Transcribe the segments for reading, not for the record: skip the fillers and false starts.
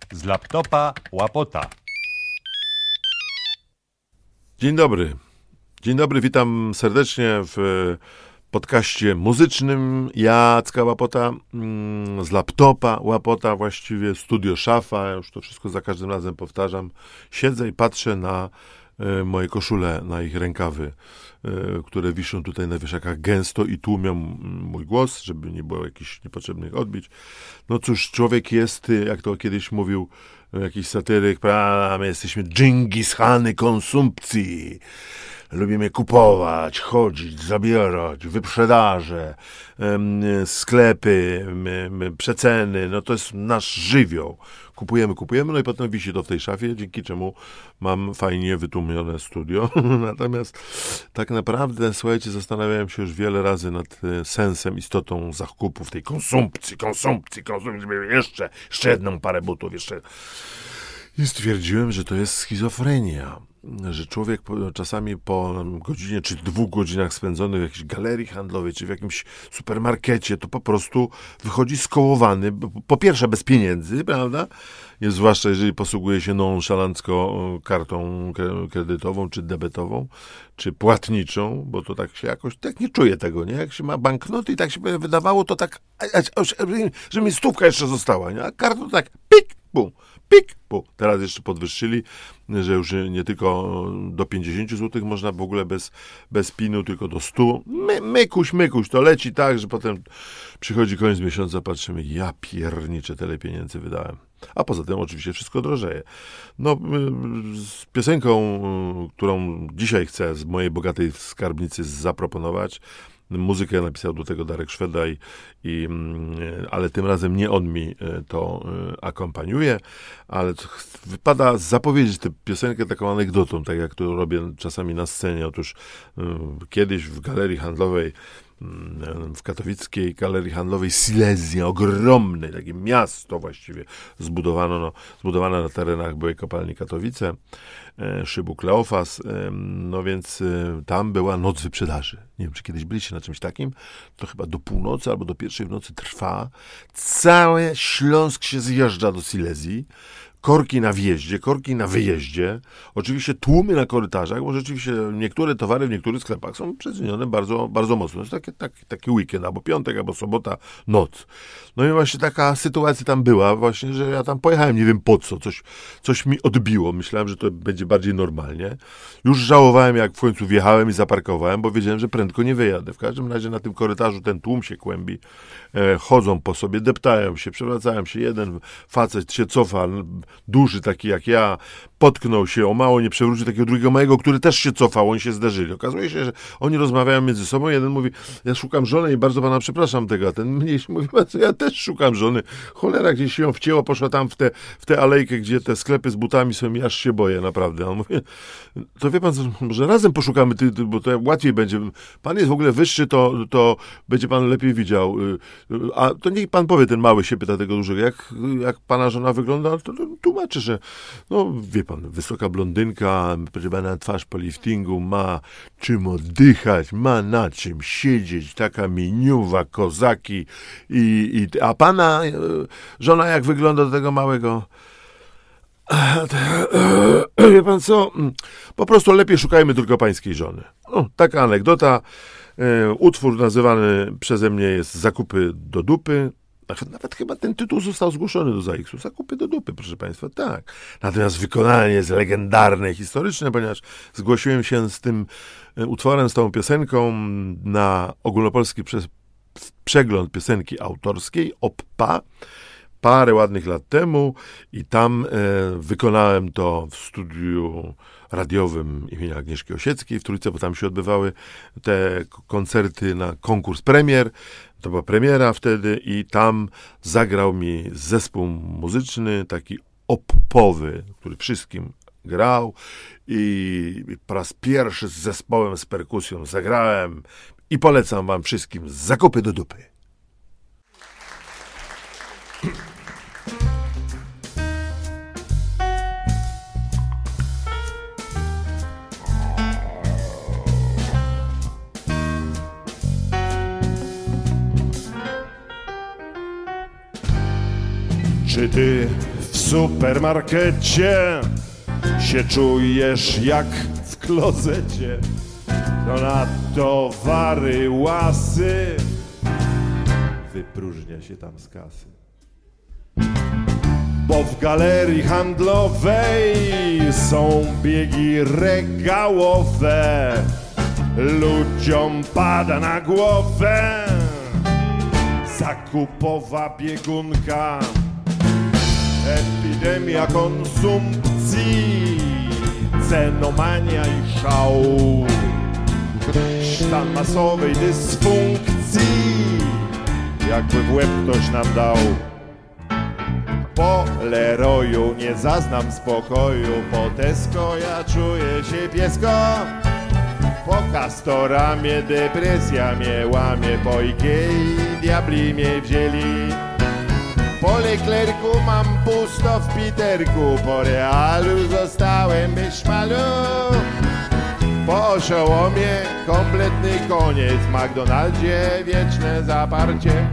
Z laptopa łapota. Dzień dobry. Dzień dobry, witam serdecznie w podcaście muzycznym Jacka Łapota, z laptopa Łapota, właściwie Studio Szafa. Ja już to wszystko za każdym razem powtarzam. Siedzę i patrzę na moje koszule, na ich rękawy, które wiszą tutaj na wieszakach gęsto i tłumią mój głos, żeby nie było jakichś niepotrzebnych odbić. No cóż, człowiek jest, jak to kiedyś mówił jakiś satyryk, my jesteśmy Dżingis Khany konsumpcji. Lubimy kupować, chodzić, zabierać, wyprzedaże, sklepy, przeceny. No to jest nasz żywioł. Kupujemy, no i potem wisi to w tej szafie, dzięki czemu mam fajnie wytłumione studio. Natomiast tak naprawdę, słuchajcie, zastanawiałem się już wiele razy nad sensem, istotą zakupów, tej konsumpcji, żeby jeszcze jedną parę butów, jeszcze. I stwierdziłem, że to jest schizofrenia. Że człowiek czasami po godzinie czy 2 godzinach spędzonych w jakiejś galerii handlowej czy w jakimś supermarkecie, to po prostu wychodzi skołowany, po pierwsze bez pieniędzy, prawda? Jest zwłaszcza jeżeli posługuje się nonszalancko kartą kredytową, czy debetową, czy płatniczą, bo to tak się jakoś, tak nie czuję tego, nie? Jak się ma banknoty i tak się wydawało, to tak, że mi stówka jeszcze została, nie? A kartą tak pik, bum. Pik, bo teraz jeszcze podwyższyli, że już nie tylko do 50 zł można w ogóle bez PIN-u, tylko do 100. Mykuś, to leci tak, że potem przychodzi koniec miesiąca, patrzymy, ja pierniczę, tyle pieniędzy wydałem. A poza tym oczywiście wszystko drożeje. No, z piosenką, którą dzisiaj chcę z mojej bogatej skarbnicy zaproponować, muzykę napisał do tego Darek Szweda, ale tym razem nie on mi to akompaniuje, ale wypada zapowiedzieć tę piosenkę taką anegdotą, tak jak to robię czasami na scenie. Otóż kiedyś w galerii handlowej, w katowickiej galerii handlowej Silesia, ogromne, takie miasto właściwie, zbudowane na terenach byłej kopalni Katowice, szybu Kleofas, no więc tam była noc wyprzedaży. Nie wiem, czy kiedyś byliście na czymś takim, to chyba do północy albo do pierwszej w nocy trwa. Cały Śląsk się zjeżdża do Silesii. Korki na wjeździe, korki na wyjeździe. Oczywiście tłumy na korytarzach, bo rzeczywiście niektóre towary w niektórych sklepach są przecenione bardzo, bardzo mocno. To jest taki weekend, albo piątek, albo sobota, noc. No i właśnie taka sytuacja tam była, właśnie, że ja tam pojechałem, nie wiem po co, coś mi odbiło. Myślałem, że to będzie bardziej normalnie. Już żałowałem, jak w końcu wjechałem i zaparkowałem, bo wiedziałem, że prędko nie wyjadę. W każdym razie na tym korytarzu ten tłum się kłębi, chodzą po sobie, deptają się, przewracają się. Jeden facet się cofa, duży taki jak ja, potknął się, o mało nie przewrócił takiego drugiego małego, który też się cofał, oni się zderzyli. Okazuje się, że oni rozmawiają między sobą, jeden mówi, ja szukam żony i bardzo pana przepraszam tego, a ten mniejszy mówi, ja też szukam żony. Cholera, gdzieś się ją wcięło, poszła tam w tę alejkę, gdzie te sklepy z butami są i aż się boję, naprawdę. On mówi, to wie pan, może razem poszukamy, bo to łatwiej będzie. Pan jest w ogóle wyższy, to będzie pan lepiej widział. A to niech pan powie, ten mały się pyta tego dużego, jak pana żona wygląda, to tłumaczy, że no wie pan, wysoka blondynka, na twarz po liftingu, ma czym oddychać, ma na czym siedzieć, taka miniuwa, kozaki a pana żona jak wygląda do tego małego? Wie pan co? Po prostu lepiej szukajmy tylko pańskiej żony. No, taka anegdota. Utwór nazywany przeze mnie jest Zakupy do dupy. Nawet chyba ten tytuł został zgłoszony do ZAIKS-u. Zakupy do dupy, proszę państwa, tak. Natomiast wykonanie jest legendarne, historyczne, ponieważ zgłosiłem się z tym utworem, z tą piosenką na ogólnopolski przegląd piosenki autorskiej, OPPA, parę ładnych lat temu i tam wykonałem to w studiu radiowym imienia Agnieszki Osieckiej w Trójce, bo tam się odbywały te koncerty na konkurs premier. To była premiera wtedy i tam zagrał mi zespół muzyczny, taki oppowy, który wszystkim grał i po raz pierwszy z zespołem, z perkusją zagrałem i polecam wam wszystkim Zakupy do dupy. Czy ty w supermarkecie się czujesz jak w klozecie, to na towary łasy wypróżnia się tam z kasy. Bo w galerii handlowej są biegi regałowe, ludziom pada na głowę zakupowa biegunka. Epidemia konsumpcji, cenomania i szał, stan masowej dysfunkcji, jakby w łeb ktoś nam dał. Po Leroyu nie zaznam spokoju, po Tesco ja czuję się piesko. Po Castoramie depresja mnie łamie, po Ikei diabli mnie wzięli. Po Leclercu mam pusto w Piterku, po Realu zostałem bez szmalu. Po Oszołomie kompletny koniec, w McDonaldzie wieczne zaparcie.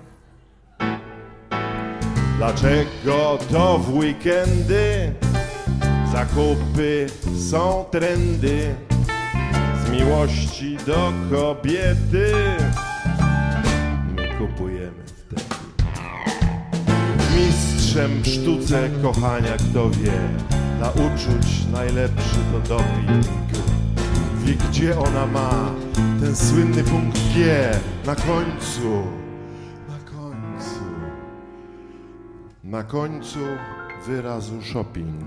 Dlaczego to w weekendy zakupy są trendy? Z miłości do kobiety my kupujemy wtedy. Mistrzem w sztuce kochania, kto wie, dla uczuć najlepszy to doping. Wie, gdzie ona ma ten słynny punkt G na końcu wyrazu shopping.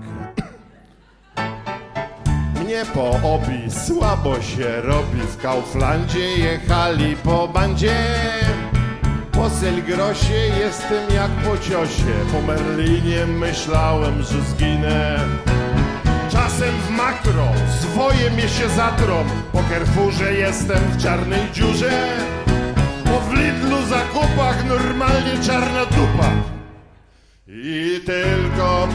Mnie po obi słabo się robi, w Kauflandzie jechali po bandzie. Po Selgrosie jestem jak po ciosie, po Merlinie myślałem, że zginę. Czasem w Makro zwoje mnie się zatrą, po Carrefourze jestem w czarnej dziurze. Po w Lidlu zakupach normalnie czarna dupa. I tylko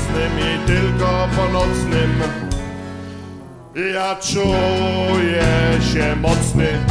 po nocnym ja czuję się mocny.